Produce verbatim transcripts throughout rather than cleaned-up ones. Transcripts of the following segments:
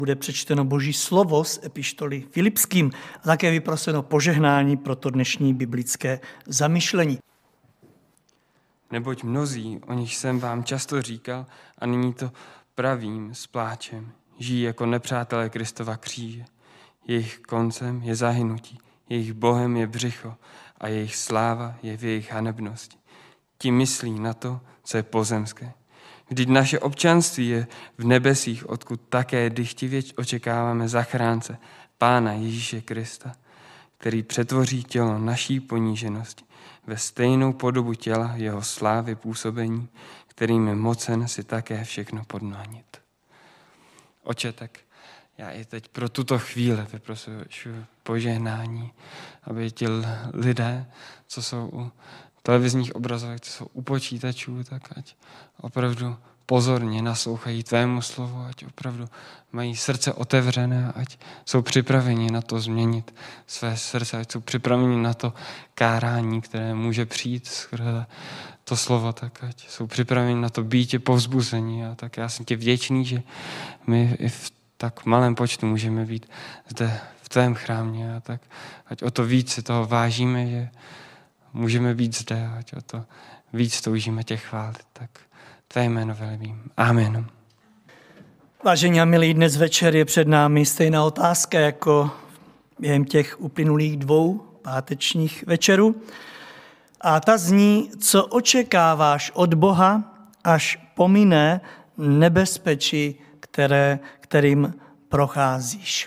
Bude přečteno Boží slovo z epištoly Filipským a také vyproseno požehnání pro to dnešní biblické zamyšlení. Neboť mnozí, o nich jsem vám často říkal, a nyní to pravím s pláčem, žijí jako nepřátelé Kristova kříže. Jejich koncem je zahynutí, jejich bohem je břicho a jejich sláva je v jejich hanebnosti. Ti myslí na to, co je pozemské. Vždyť naše občanství je v nebesích, odkud také dychtivě očekáváme zachránce, Pána Ježíše Krista, který přetvoří tělo naší poníženosti ve stejnou podobu těla jeho slávy působení, kterým je mocen si také všechno podmanit. Oče, tak já i teď pro tuto chvíli vyprosuji požehnání, aby ti lidé, co jsou u televizních obrazovek, co jsou u počítačů, tak ať opravdu pozorně naslouchají tvému slovu, ať opravdu mají srdce otevřené, ať jsou připraveni na to změnit své srdce, ať jsou připraveni na to kárání, které může přijít skrze to slovo, tak ať jsou připraveni na to být povzbuzení. A tak já jsem ti vděčný, že my i v tak malém počtu můžeme být zde v tvém chrámě a tak ať o to víc si toho vážíme, že můžeme být zde, ať o to víc toužíme tě chválit. Tak tvé jméno velebím. Amen. Vážení a milí, dnes večer je před námi stejná otázka jako během těch uplynulých dvou pátečních večerů. A ta zní, co očekáváš od Boha, až pomine nebezpečí, které, kterým procházíš.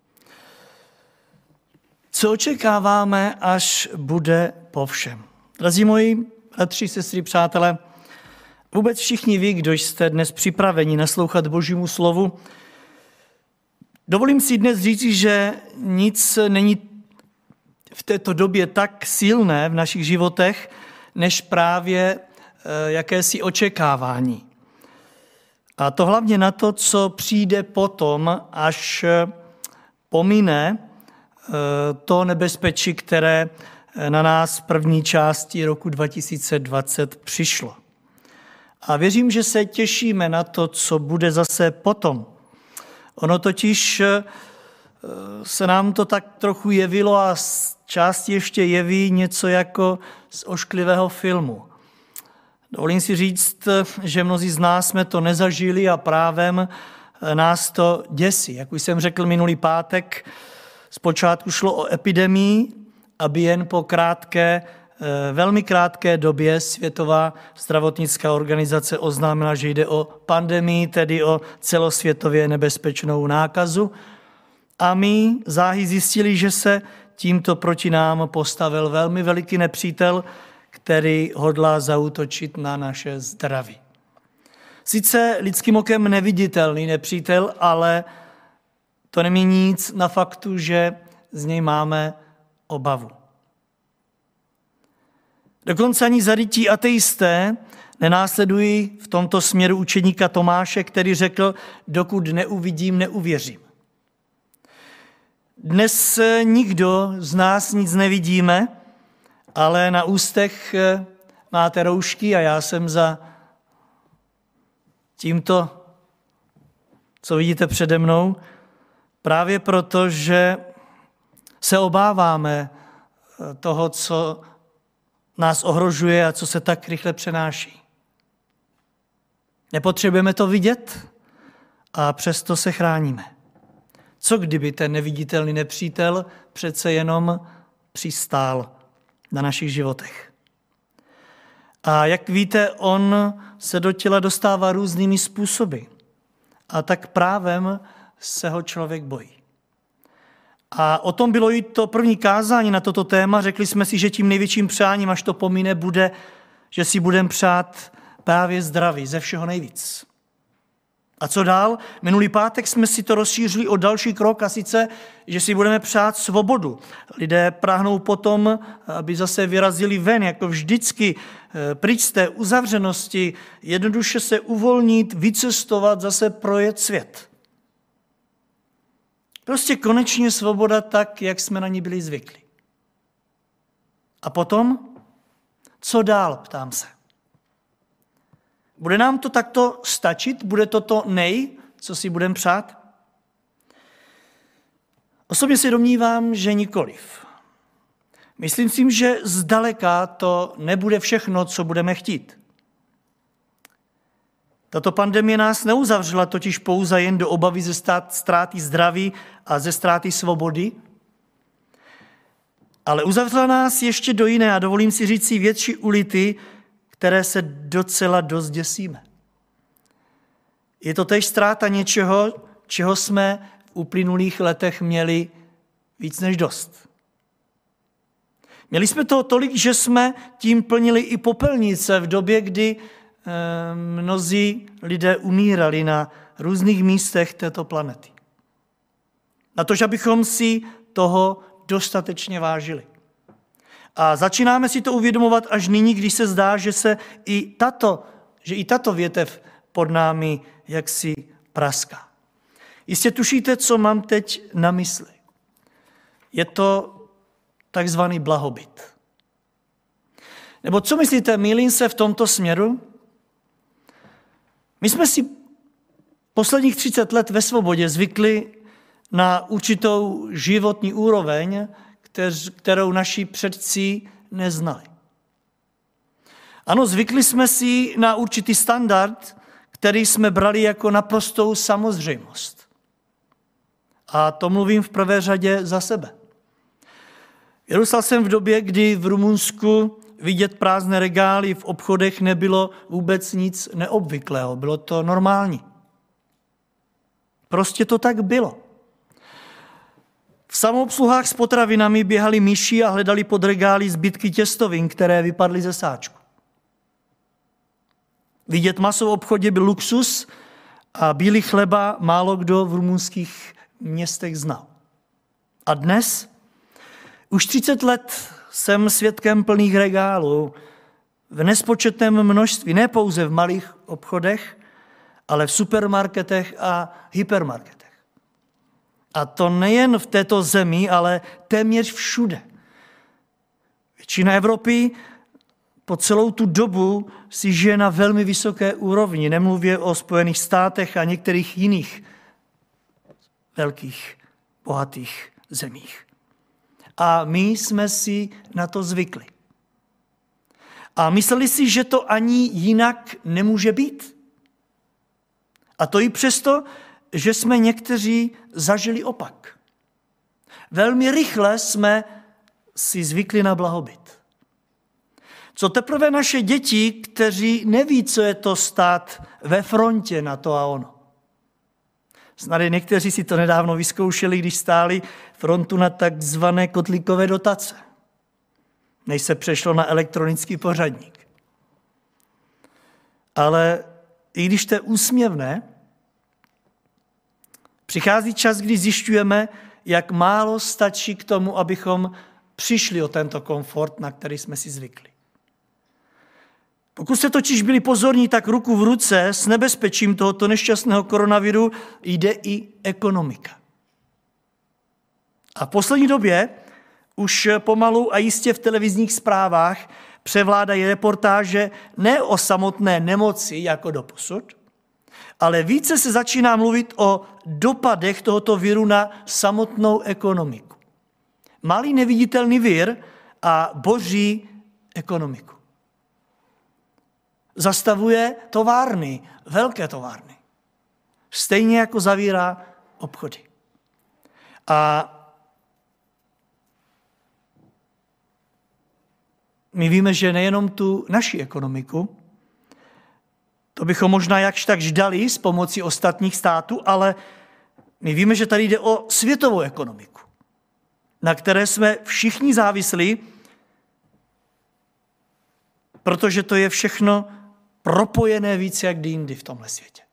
Co očekáváme, až bude po všem? Drazí moji bratři, sestry, přátelé, vůbec všichni vy, kdo jste dnes připraveni naslouchat Božímu slovu, dovolím si dnes říci, že nic není v této době tak silné v našich životech, než právě jakési očekávání. A to hlavně na to, co přijde potom, až pomine to nebezpečí, které na nás v první části roku dva tisíce dvacet přišlo. A věřím, že se těšíme na to, co bude zase potom. Ono totiž se nám to tak trochu jevilo a z části ještě jeví něco jako z ošklivého filmu. Dovolím si říct, že mnozí z nás jsme to nezažili a právem nás to děsí. Jak už jsem řekl minulý pátek, zpočátku šlo o epidemii, aby jen po krátké, velmi krátké době Světová zdravotnická organizace oznámila, že jde o pandemii, tedy o celosvětově nebezpečnou nákazu. A my záhy zjistili, že se tímto proti nám postavil velmi veliký nepřítel, který hodlá zaútočit na naše zdraví. Sice lidským okem neviditelný nepřítel, ale to nemění nic na faktu, že z něj máme obavu. Dokonce ani zarytí ateisté nenásledují v tomto směru učeníka Tomáše, který řekl, dokud neuvidím, neuvěřím. Dnes nikdo z nás nic nevidíme, ale na ústech máte roušky a já jsem za tímto, co vidíte přede mnou, právě proto, že se obáváme toho, co nás ohrožuje a co se tak rychle přenáší. Nepotřebujeme to vidět a přesto se chráníme. Co kdyby ten neviditelný nepřítel přece jenom přistál na našich životech? A jak víte, on se do těla dostává různými způsoby. A tak právem se ho člověk bojí. A o tom bylo i to první kázání na toto téma. Řekli jsme si, že tím největším přáním, až to pomine, bude, že si budeme přát právě zdraví ze všeho nejvíc. A co dál? Minulý pátek jsme si to rozšířili o další krok a sice, že si budeme přát svobodu. Lidé práhnou potom, aby zase vyrazili ven, jako vždycky, pryč z té uzavřenosti, jednoduše se uvolnit, vycestovat, zase projet svět. Prostě konečně svoboda tak, jak jsme na ní byli zvyklí. A potom, co dál, ptám se. Bude nám to takto stačit? Bude to to nej, co si budeme přát? Osobně si domnívám, že nikoliv. Myslím si, že zdaleka to nebude všechno, co budeme chtít. Tato pandemie nás neuzavřela totiž pouze jen do obavy ze ztráty zdraví a ze ztráty svobody, ale uzavřela nás ještě do jiné, a dovolím si říct si větší ulity, které se docela dost děsíme. Je to též ztráta něčeho, čeho jsme v uplynulých letech měli víc než dost. Měli jsme toho tolik, že jsme tím plnili i popelnice v době, kdy e, mnozí lidé umírali na různých místech této planety. Na to, abychom si toho dostatečně vážili. A začínáme si to uvědomovat až nyní, když se zdá, že se i tato, že i tato větev pod námi jaksi praská. Jistě tušíte, co mám teď na mysli. Je to takzvaný blahobyt. Nebo co myslíte, mýlím se v tomto směru? My jsme si posledních třicet let ve svobodě zvykli na určitou životní úroveň, kterou naši předci neznali. Ano, zvykli jsme si na určitý standard, který jsme brali jako naprostou samozřejmost. A to mluvím v prvé řadě za sebe. Vyrůstal jsem v době, kdy v Rumunsku vidět prázdné regály v obchodech nebylo vůbec nic neobvyklého. Bylo to normální. Prostě to tak bylo. V samoobsluhách s potravinami běhali myši a hledali pod regály zbytky těstovin, které vypadly ze sáčku. Vidět maso v obchodě byl luxus a bílý chleba málo kdo v rumunských městech znal. A dnes už třicet let jsem svědkem plných regálů v nespočetném množství, ne pouze v malých obchodech, ale v supermarketech a hypermarketech. A to nejen v této zemi, ale téměř všude. Většina Evropy po celou tu dobu si žije na velmi vysoké úrovni. Nemluvě o Spojených státech a některých jiných velkých, bohatých zemích. A my jsme si na to zvykli. A mysleli si, že to ani jinak nemůže být. A to i přesto, že jsme někteří zažili opak. Velmi rychle jsme si zvykli na blahobyt. Co teprve naše děti, kteří neví, co je to stát ve frontě na to a ono. Snad někteří si to nedávno vyzkoušeli, když stáli frontu na takzvané kotlíkové dotace, než se přešlo na elektronický pořadník. Ale i když to je úsměvné, přichází čas, kdy zjišťujeme, jak málo stačí k tomu, abychom přišli o tento komfort, na který jsme si zvykli. Pokud jste totiž byli pozorní, tak ruku v ruce s nebezpečím tohoto nešťastného koronaviru jde i ekonomika. A v poslední době už pomalu a jistě v televizních zprávách převládají reportáže ne o samotné nemoci jako doposud, ale více se začíná mluvit o dopadech tohoto viru na samotnou ekonomiku. Malý neviditelný vir a boří ekonomiku. Zastavuje továrny, velké továrny. Stejně jako zavírá obchody. A my víme, že nejenom tu naši ekonomiku, to bychom možná jakž takž dali s pomocí ostatních států, ale my víme, že tady jde o světovou ekonomiku, na které jsme všichni závislí, protože to je všechno propojené více jak kdy jindy v tomhle světě.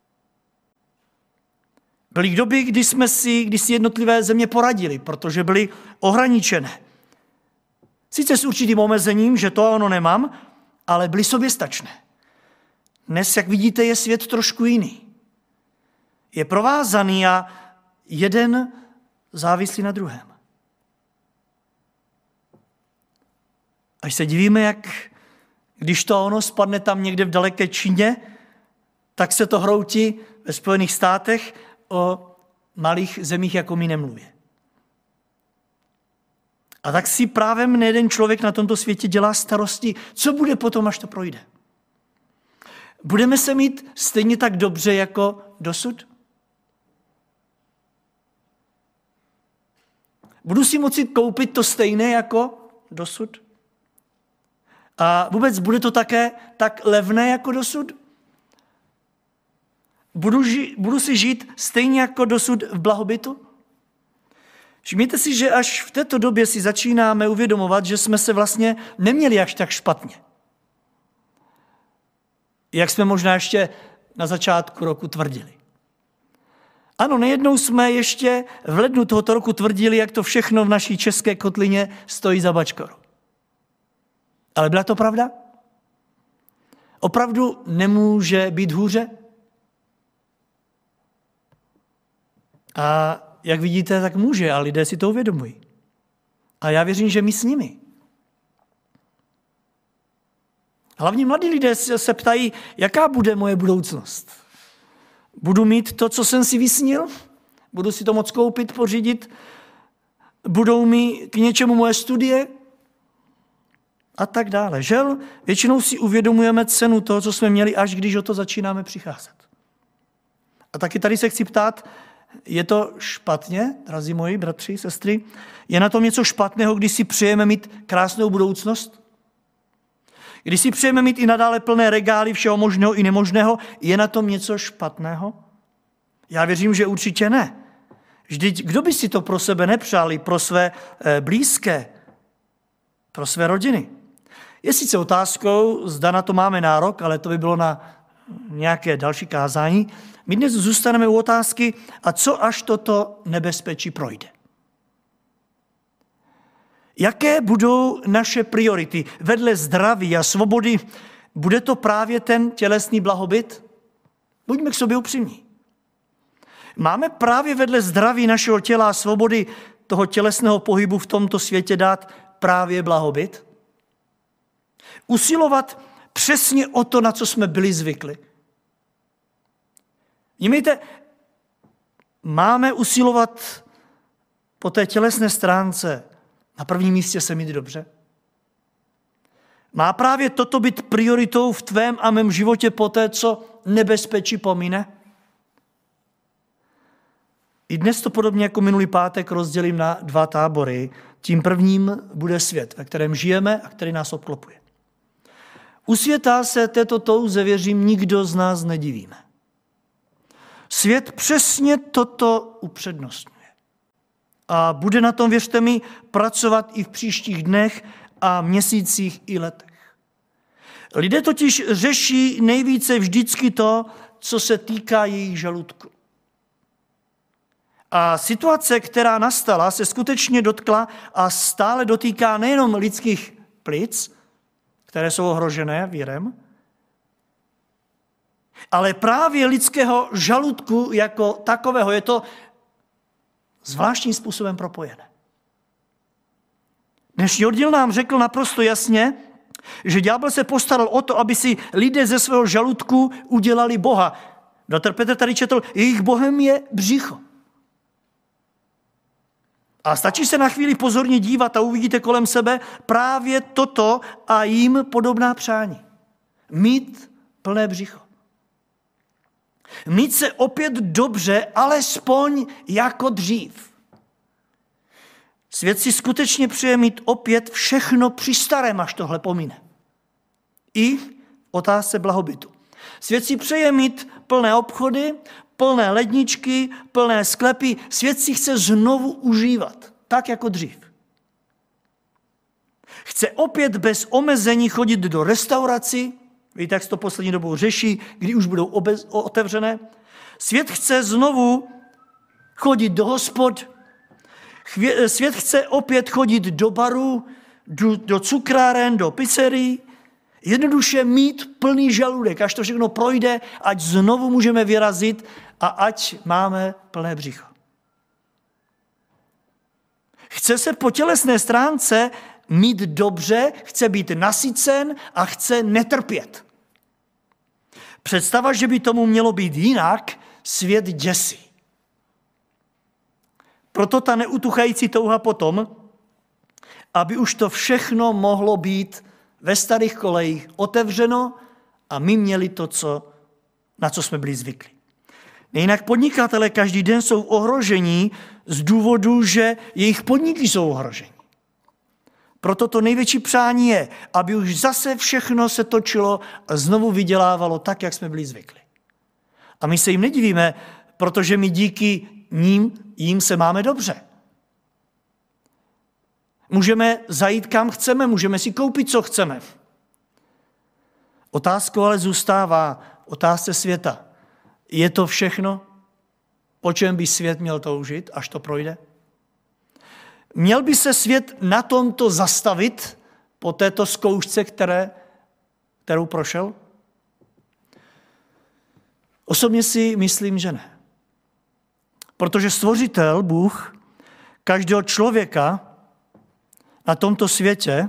Byly doby, kdy jsme si, kdy si jednotlivé země poradili, protože byly ohraničené. Sice s určitým omezením, že to a ono nemám, ale byly soběstačné. Dnes, jak vidíte, je svět trošku jiný. Je provázaný a jeden závislí na druhém. Až se divíme, jak když to ono spadne tam někde v daleké Číně, tak se to hroutí ve Spojených státech, o malých zemích jako my nemluvě. A tak si právě nejeden člověk na tomto světě dělá starosti, co bude potom, až to projde. Budeme se mít stejně tak dobře jako dosud? Budu si moci koupit to stejné jako dosud? A vůbec bude to také tak levné jako dosud? Budu, ži- budu si žít stejně jako dosud v blahobytu? Všimněte si, že až v této době si začínáme uvědomovat, že jsme se vlastně neměli až tak špatně. Jak jsme možná ještě na začátku roku tvrdili. Ano, nejednou jsme ještě v lednu tohoto roku tvrdili, jak to všechno v naší české kotlině stojí za bačkoru. Ale byla to pravda? Opravdu nemůže být hůře? A jak vidíte, tak může, a lidé si to uvědomují. A já věřím, že my s nimi. Hlavně mladí lidé se ptají, jaká bude moje budoucnost. Budu mít to, co jsem si vysnil? Budu si to moct koupit, pořídit? Budou mi k něčemu moje studie? A tak dále. Žel, většinou si uvědomujeme cenu toho, co jsme měli, až když o to začínáme přicházet. A taky tady se chci ptát, je to špatně, drazí moji bratři, sestry? Je na tom něco špatného, když si přejeme mít krásnou budoucnost? Když si přejeme mít i nadále plné regály všeho možného i nemožného, je na tom něco špatného? Já věřím, že určitě ne. Vždyť kdo by si to pro sebe nepřál, i pro své blízké, pro své rodiny? Je sice otázkou, zda na to máme nárok, ale to by bylo na nějaké další kázání. My dnes zůstaneme u otázky, a co až toto nebezpečí projde? Jaké budou naše priority? Vedle zdraví a svobody, bude to právě ten tělesný blahobyt? Buďme k sobě upřímní. Máme právě vedle zdraví našeho těla a svobody toho tělesného pohybu v tomto světě dát právě blahobyt? Usilovat přesně o to, na co jsme byli zvykli. Vnímejte, máme usilovat po té tělesné stránce na prvním místě se mít dobře? Má právě toto být prioritou v tvém a mém životě po té, co nebezpečí pomine? I dnes to podobně jako minulý pátek rozdělím na dva tábory. Tím prvním bude svět, ve kterém žijeme a který nás obklopuje. U světa se této touze, věřím, nikdo z nás nedivíme. Svět přesně toto upřednostňuje. A bude na tom, věřte mi, pracovat i v příštích dnech a měsících i letech. Lidé totiž řeší nejvíce vždycky to, co se týká jejich žaludku. A situace, která nastala, se skutečně dotkla a stále dotýká nejenom lidských plic, které jsou ohrožené virem, ale právě lidského žaludku jako takového. Je to zvláštním způsobem propojené. Dnešní oddíl nám řekl naprosto jasně, že ďábel se postaral o to, aby si lidé ze svého žaludku udělali Boha. Bratr Petr tady četl, jejich Bohem je břicho. A stačí se na chvíli pozorně dívat a uvidíte kolem sebe právě toto a jim podobná přání. Mít plné břicho. Mít se opět dobře, alespoň jako dřív. Svět si skutečně přeje mít opět všechno při starém, až tohle pomine. I otázce blahobytu. Svět si přeje mít plné obchody, plné ledničky, plné sklepy. Svět si chce znovu užívat, tak jako dřív. Chce opět bez omezení chodit do restaurací. Víte, jak se to poslední dobou řeší, kdy už budou obez, otevřené. Svět chce znovu chodit do hospod. Chvě, svět chce opět chodit do baru, do, do cukráren, do pizzerií. Jednoduše mít plný žaludek, až to všechno projde, ať znovu můžeme vyrazit a ať máme plné břicho. Chce se po tělesné stránce mít dobře, chce být nasycen a chce netrpět. Představa, že by tomu mělo být jinak, svět děsí. Proto ta neutuchající touha potom, aby už to všechno mohlo být ve starých kolejích otevřeno a my měli to, co, na co jsme byli zvyklí. Jinak podnikatelé každý den jsou ohrožení z důvodu, že jejich podniky jsou ohrožení. Proto to největší přání je, aby už zase všechno se točilo a znovu vydělávalo tak, jak jsme byli zvyklí. A my se jim nedivíme, protože my díky ním, jim se máme dobře. Můžeme zajít kam chceme, můžeme si koupit, co chceme. Otázkou ale zůstává otázce světa. Je to všechno, po čem by svět měl toužit, až to projde? Měl by se svět na tomto zastavit po této zkoušce, které, kterou prošel? Osobně si myslím, že ne. Protože stvořitel, Bůh, každého člověka na tomto světě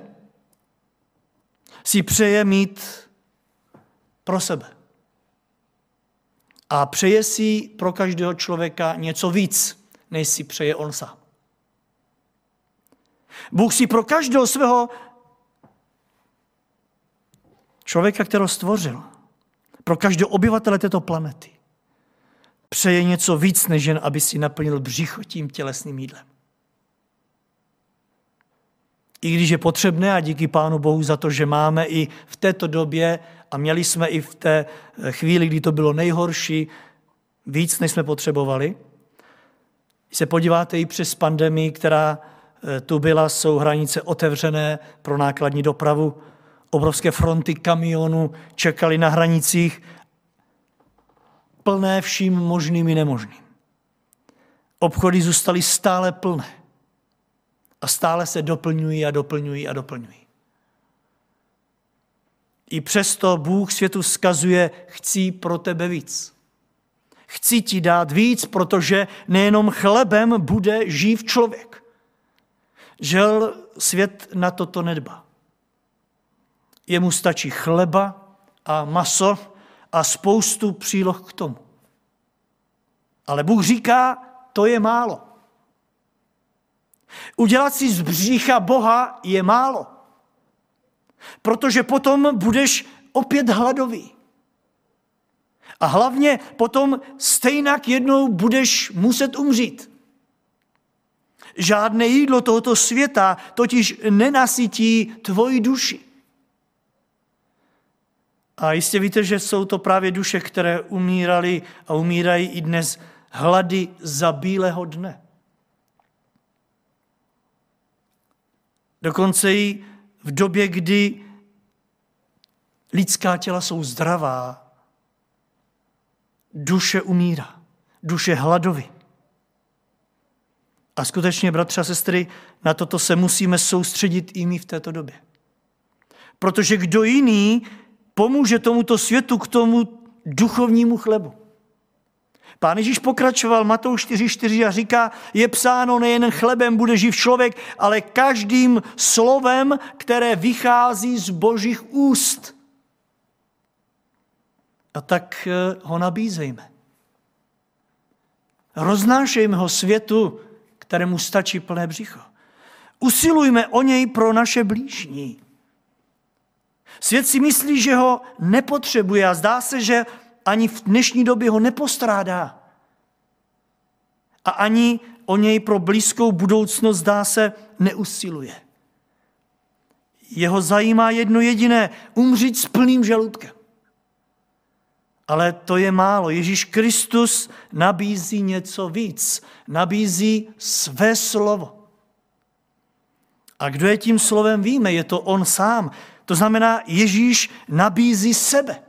si přeje mít pro sebe. A přeje si pro každého člověka něco víc, než si přeje on sám. Bůh si pro každého svého člověka, kterého stvořil, pro každého obyvatele této planety, přeje něco víc, než jen aby si naplnil břicho tím tělesným jídlem. I když je potřebné, a díky Pánu Bohu za to, že máme i v této době, a měli jsme i v té chvíli, kdy to bylo nejhorší, víc, než jsme potřebovali. Když se podíváte i přes pandemii, která tu byla, jsou hranice otevřené pro nákladní dopravu. Obrovské fronty kamionů čekali na hranicích, plné vším možným i nemožným. Obchody zůstaly stále plné a stále se doplňují a doplňují a doplňují. I přesto Bůh světu vzkazuje, chci pro tebe víc. Chci ti dát víc, protože nejenom chlebem bude živ člověk. Žel svět na toto nedbá. Jemu stačí chleba a maso a spoustu příloh k tomu. Ale Bůh říká, to je málo. Udělat si z břicha Boha je málo. Protože potom budeš opět hladový. A hlavně potom stejnak jednou budeš muset umřít. Žádné jídlo tohoto světa totiž nenasytí tvoji duši. A jistě víte, že jsou to právě duše, které umíraly a umírají i dnes hlady za bílého dne. Dokonce i v době, kdy lidská těla jsou zdravá, duše umírá, duše hladoví. A skutečně, bratři a sestry, na toto se musíme soustředit i my v této době. Protože kdo jiný pomůže tomuto světu k tomu duchovnímu chlebu? Pán Ježíš pokračoval Matouš čtyři čtyři a říká, je psáno, nejen chlebem bude živ člověk, ale každým slovem, které vychází z Božích úst. A tak ho nabízejme. Roznášejme ho světu, kterému stačí plné břicho. Usilujme o něj pro naše blížní. Svět si myslí, že ho nepotřebuje a zdá se, že ani v dnešní době ho nepostrádá. A ani o něj pro blízkou budoucnost, zdá se, neusiluje. Jeho zajímá jedno jediné, umřít s plným žaludkem. Ale to je málo. Ježíš Kristus nabízí něco víc. Nabízí své slovo. A kdo je tím slovem, víme, je to on sám. To znamená, Ježíš nabízí sebe.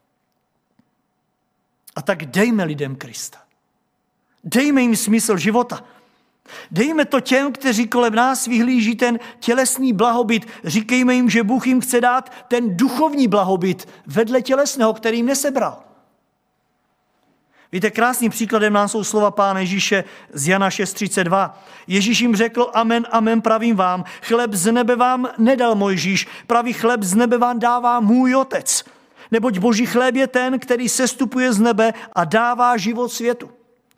A tak dejme lidem Krista. Dejme jim smysl života. Dejme to těm, kteří kolem nás vyhlíží ten tělesný blahobyt. Říkejme jim, že Bůh jim chce dát ten duchovní blahobyt vedle tělesného, který jim nesebral. Víte, krásným příkladem nám jsou slova Pána Ježíše z Jana šest třicet dva. Ježíš jim řekl, amen, amen, pravím vám, chleb z nebe vám nedal Mojžíš, pravý chleb z nebe vám dává můj otec. Neboť boží chléb je ten, který sestupuje z nebe a dává život světu.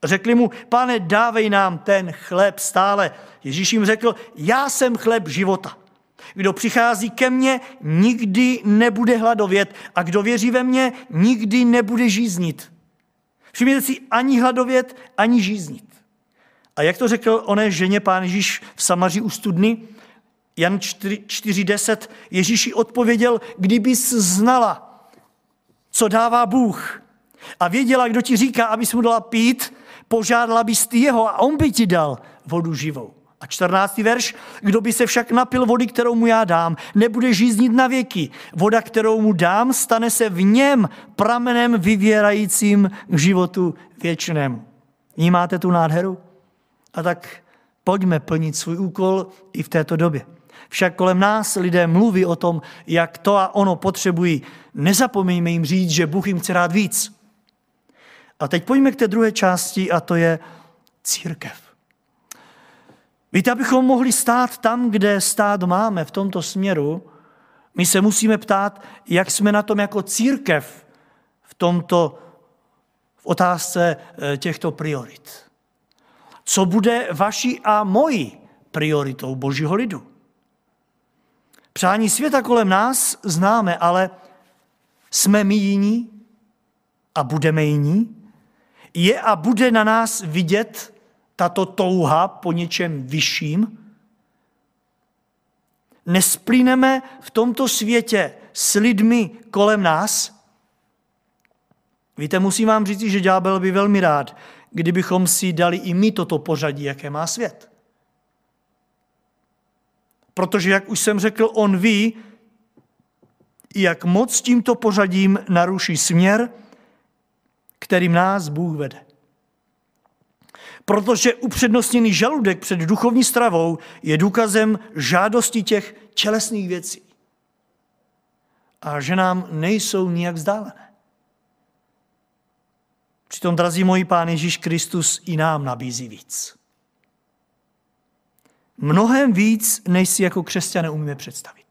Řekli mu, Pane, dávej nám ten chléb stále. Ježíš jim řekl, já jsem chléb života. Kdo přichází ke mně, nikdy nebude hladovět a kdo věří ve mě, nikdy nebude žíznit. Všimněte si, ani hladovět, ani žíznit. A jak to řekl oné ženě Pán Ježíš v Samaří u studny? Jan čtyři deset, Ježíši odpověděl, kdybys znala, co dává Bůh a věděla, kdo ti říká, abys mu dala pít, požádala bys ty jeho a on by ti dal vodu živou. A čtrnáctý verš, kdo by se však napil vody, kterou mu já dám, nebude žíznit na věky. Voda, kterou mu dám, stane se v něm pramenem vyvěrajícím k životu věčnému. Vnímáte tu nádheru? A tak pojďme plnit svůj úkol i v této době. Však kolem nás lidé mluví o tom, jak to a ono potřebují. Nezapomeňme jim říct, že Bůh jim chce dát víc. A teď pojďme k té druhé části a to je církev. Víte, abychom mohli stát tam, kde stát máme v tomto směru, my se musíme ptát, jak jsme na tom jako církev v tomto v otázce těchto priorit. Co bude vaší a mojí prioritou Božího lidu? Přání světa kolem nás známe, ale jsme my jiní a budeme jiní? Je a bude na nás vidět tato touha po něčem vyšším? Nesplyneme v tomto světě s lidmi kolem nás? Víte, musím vám říct, že ďábel by velmi rád, kdybychom si dali i my toto pořadí, jaké má svět. Protože, jak už jsem řekl, on ví, jak moc tímto pořadím naruší směr, kterým nás Bůh vede. Protože upřednostněný žaludek před duchovní stravou je důkazem žádosti těch tělesných věcí. A že nám nejsou nijak vzdálené. Přitom, drazí moji, Pán Ježíš Kristus i nám nabízí víc. Mnohem víc, než si jako křesťané umíme představit.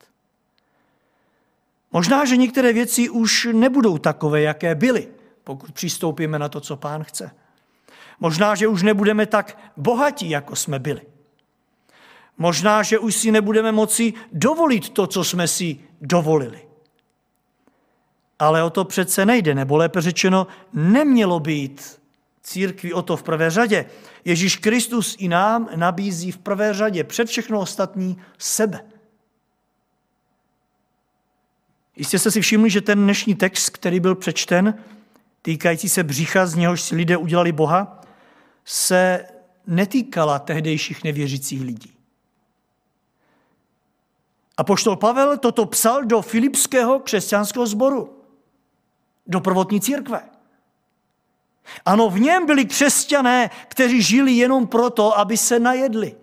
Možná, že některé věci už nebudou takové, jaké byly, pokud přistoupíme na to, co Pán chce. Možná, že už nebudeme tak bohatí, jako jsme byli. Možná, že už si nebudeme moci dovolit to, co jsme si dovolili. Ale o to přece nejde, nebo lépe řečeno, nemělo být církvi o to v prvé řadě. Ježíš Kristus i nám nabízí v prvé řadě před všechno ostatní sebe. Jistě jste si všimli, že ten dnešní text, který byl přečten, týkající se břicha, z něhož si lidé udělali Boha, se netýkala tehdejších nevěřících lidí. Apoštol Pavel toto psal do filipského křesťanského sboru, do prvotní církve. Ano, v něm byli křesťané, kteří žili jenom proto, aby se najedli.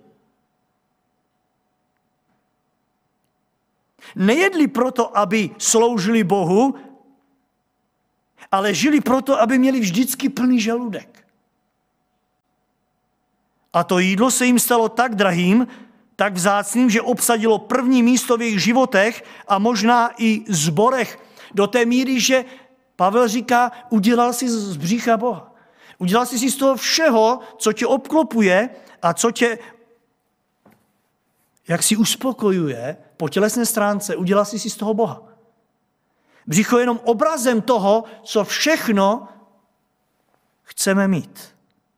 Nejedli proto, aby sloužili Bohu, ale žili proto, aby měli vždycky plný žaludek. A to jídlo se jim stalo tak drahým, tak vzácným, že obsadilo první místo v jejich životech a možná i zborech do té míry, že Pavel říká, udělal si z břicha Boha. Udělal jsi si z toho všeho, co tě obklopuje a co tě, jak si uspokojuje po tělesné stránce, udělal jsi si z toho Boha. Břicho je jenom obrazem toho, co všechno chceme mít.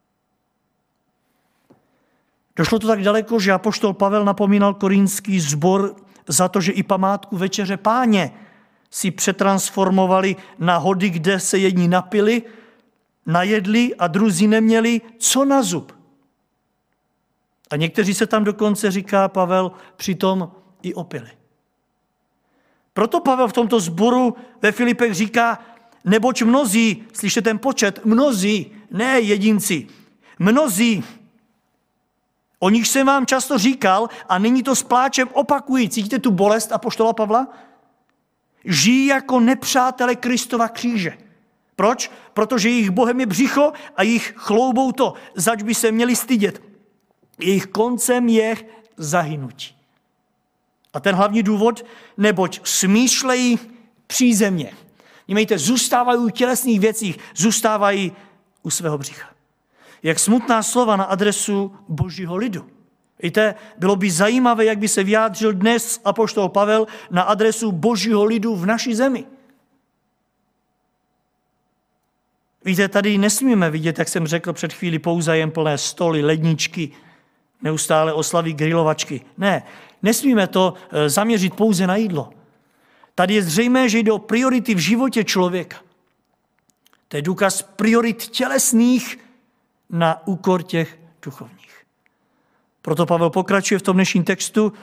Došlo to tak daleko, že apoštol Pavel napomínal korintský sbor za to, že i památku večeře Páně si přetransformovali na hody, kde se jedni napili, najedli a druzí neměli co na zub. A někteří se tam dokonce, říká Pavel, přitom i opili. Proto Pavel v tomto sboru ve Filipech říká, neboť mnozí, slyšte ten počet, mnozí, ne jedinci, mnozí, o nich jsem vám často říkal a nyní to s pláčem opakují. Cítíte tu bolest apoštola Pavla? Žijí jako nepřátelé Kristova kříže. Proč? Protože jejich Bohem je břicho a jejich chloubou to, zač by se měli stydět. Jejich koncem je zahynutí. A ten hlavní důvod, neboť smýšlejí přízemně. Vnímejte, zůstávají u tělesných věcí, zůstávají u svého břicha. Jak smutná slova na adresu Božího lidu. Víte, bylo by zajímavé, jak by se vyjádřil dnes apoštol Pavel na adresu Božího lidu v naší zemi. Víte, tady nesmíme vidět, jak jsem řekl před chvíli, pouze jen plné stoly, ledničky, neustále oslavy, grilovačky. Ne, nesmíme to zaměřit pouze na jídlo. Tady je zřejmé, že jde o priority v životě člověka. To je důkaz priorit tělesných na úkor těch duchovních. Proto Pavel pokračuje v tom dnešním textu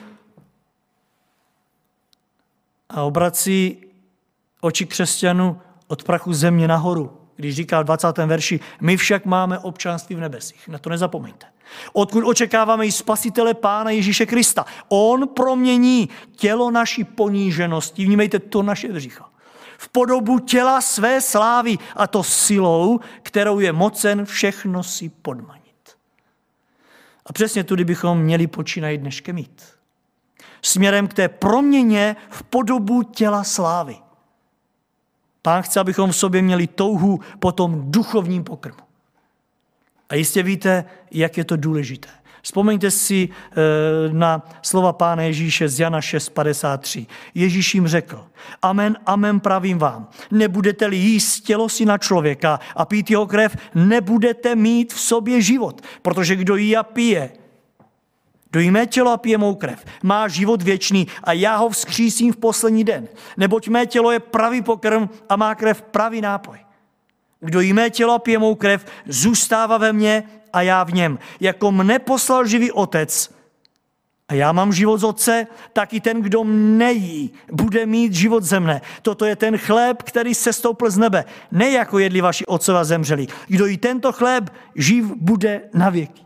a obrací oči křesťanů od prachu země nahoru, když říká v dvacátém verši, my však máme občanství v nebesích. Na to nezapomeňte. Odkud očekáváme i spasitele Pána Ježíše Krista. On promění tělo naší poníženosti, vnímejte to naše břicho, v podobu těla své slávy, a to silou, kterou je mocen všechno si podmanit. A přesně tudy bychom měli počínat dneškem jít. Směrem k té proměně v podobu těla slávy. Pán chce, abychom v sobě měli touhu po tom duchovním pokrmu. A jistě víte, jak je to důležité. Vzpomeňte si na slova Pána Ježíše z Jana šest padesát tři. Ježíš jim řekl, amen, amen pravím vám, nebudete-li jíst tělo syna člověka a pít jeho krev, nebudete mít v sobě život, protože kdo jí a pije, kdo jí mé tělo a pije mou krev, má život věčný a já ho vzkřísím v poslední den, neboť mé tělo je pravý pokrm a má krev pravý nápoj. Kdo jí mé tělo a pije mou krev, zůstává ve mně a já v něm. Jako mne poslal živý otec a já mám život z otce, tak i ten, kdo mne jí, bude mít život ze mne. Toto je ten chléb, který sestoupil z nebe. Ne jako jedli vaši otcové zemřelí. Kdo jí tento chléb, živ bude na věky.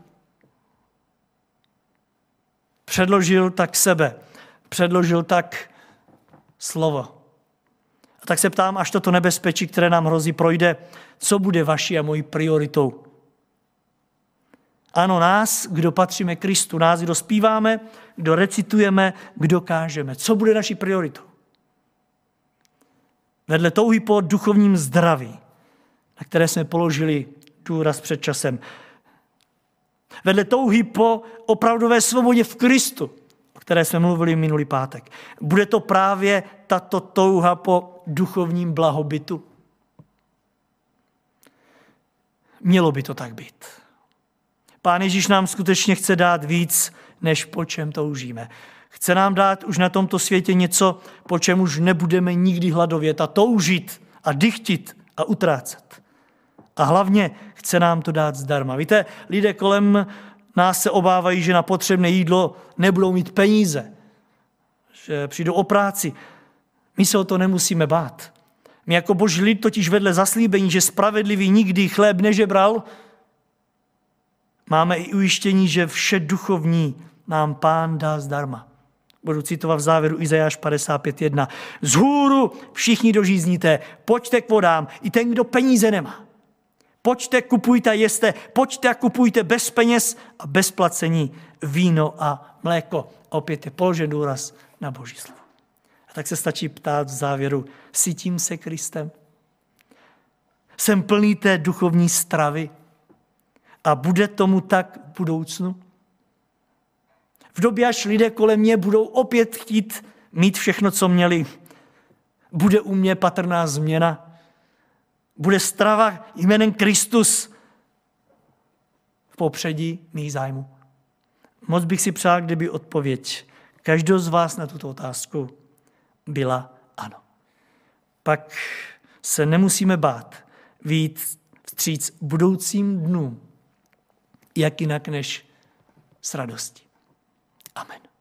Předložil tak sebe, předložil tak slovo. A tak se ptám, až toto nebezpečí, které nám hrozí, projde, co bude vaší a mojí prioritou? Ano, nás, kdo patříme Kristu, nás, kdo zpíváme, kdo recitujeme, kdo kážeme. Co bude naší prioritou? Vedle touhy po duchovním zdraví, na které jsme položili důraz před časem, vedle touhy po opravdové svobodě v Kristu, o které jsme mluvili minulý pátek, bude to právě tato touha po duchovním blahobytu? Mělo by to tak být. Pán Ježíš nám skutečně chce dát víc, než po čem toužíme. Chce nám dát už na tomto světě něco, po čem už nebudeme nikdy hladovět a toužit a dychtit a utrácet. A hlavně chce nám to dát zdarma. Víte, lidé kolem nás se obávají, že na potřebné jídlo nebudou mít peníze, že přijdou o práci. My se o to nemusíme bát. My jako Boží lid totiž vedle zaslíbení, že spravedlivý nikdy chléb nežebral, máme i ujištění, že vše duchovní nám Pán dá zdarma. Budu citovat v závěru Izajáš padesát pět jedna. Zhůru všichni dožízníte, pojďte k vodám, i ten, kdo peníze nemá. Pojďte, kupujte a jeste, pojďte a kupujte bez peněz a bez placení víno a mléko. A opět je položen důraz na Boží slovo. A tak se stačí ptát v závěru, sytím se Kristem? Jsem plný té duchovní stravy? A bude tomu tak v budoucnu? V době, až lidé kolem mě budou opět chtít mít všechno, co měli, bude u mě patrná změna? Bude strava jménem Kristus v popředí mých zájmů? Moc bych si přál, kdyby odpověď každého z vás na tuto otázku byla ano. Pak se nemusíme bát vyjít vstříc budoucím dnům, jak jinak než s radostí. Amen.